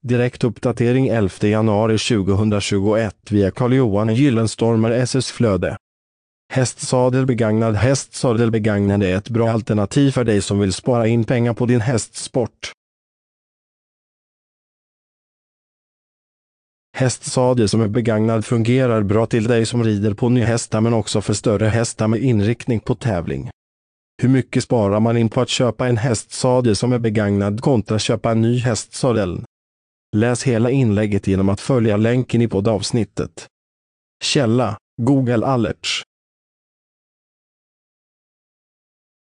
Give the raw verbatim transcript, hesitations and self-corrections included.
Direktuppdatering elfte januari tjugohundratjugoett via Carl-Johan Gyllenstormer S S-flöde. Hästsadel begagnad. Hästsadel begagnad är ett bra alternativ för dig som vill spara in pengar på din hästsport. Hästsadel som är begagnad fungerar bra till dig som rider på nya hästar men också för större hästar med inriktning på tävling. Hur mycket sparar man in på att köpa en hästsadel som är begagnad kontra köpa en ny hästsadel? Läs hela inlägget genom att följa länken i poddavsnittet. Källa: Google Alerts.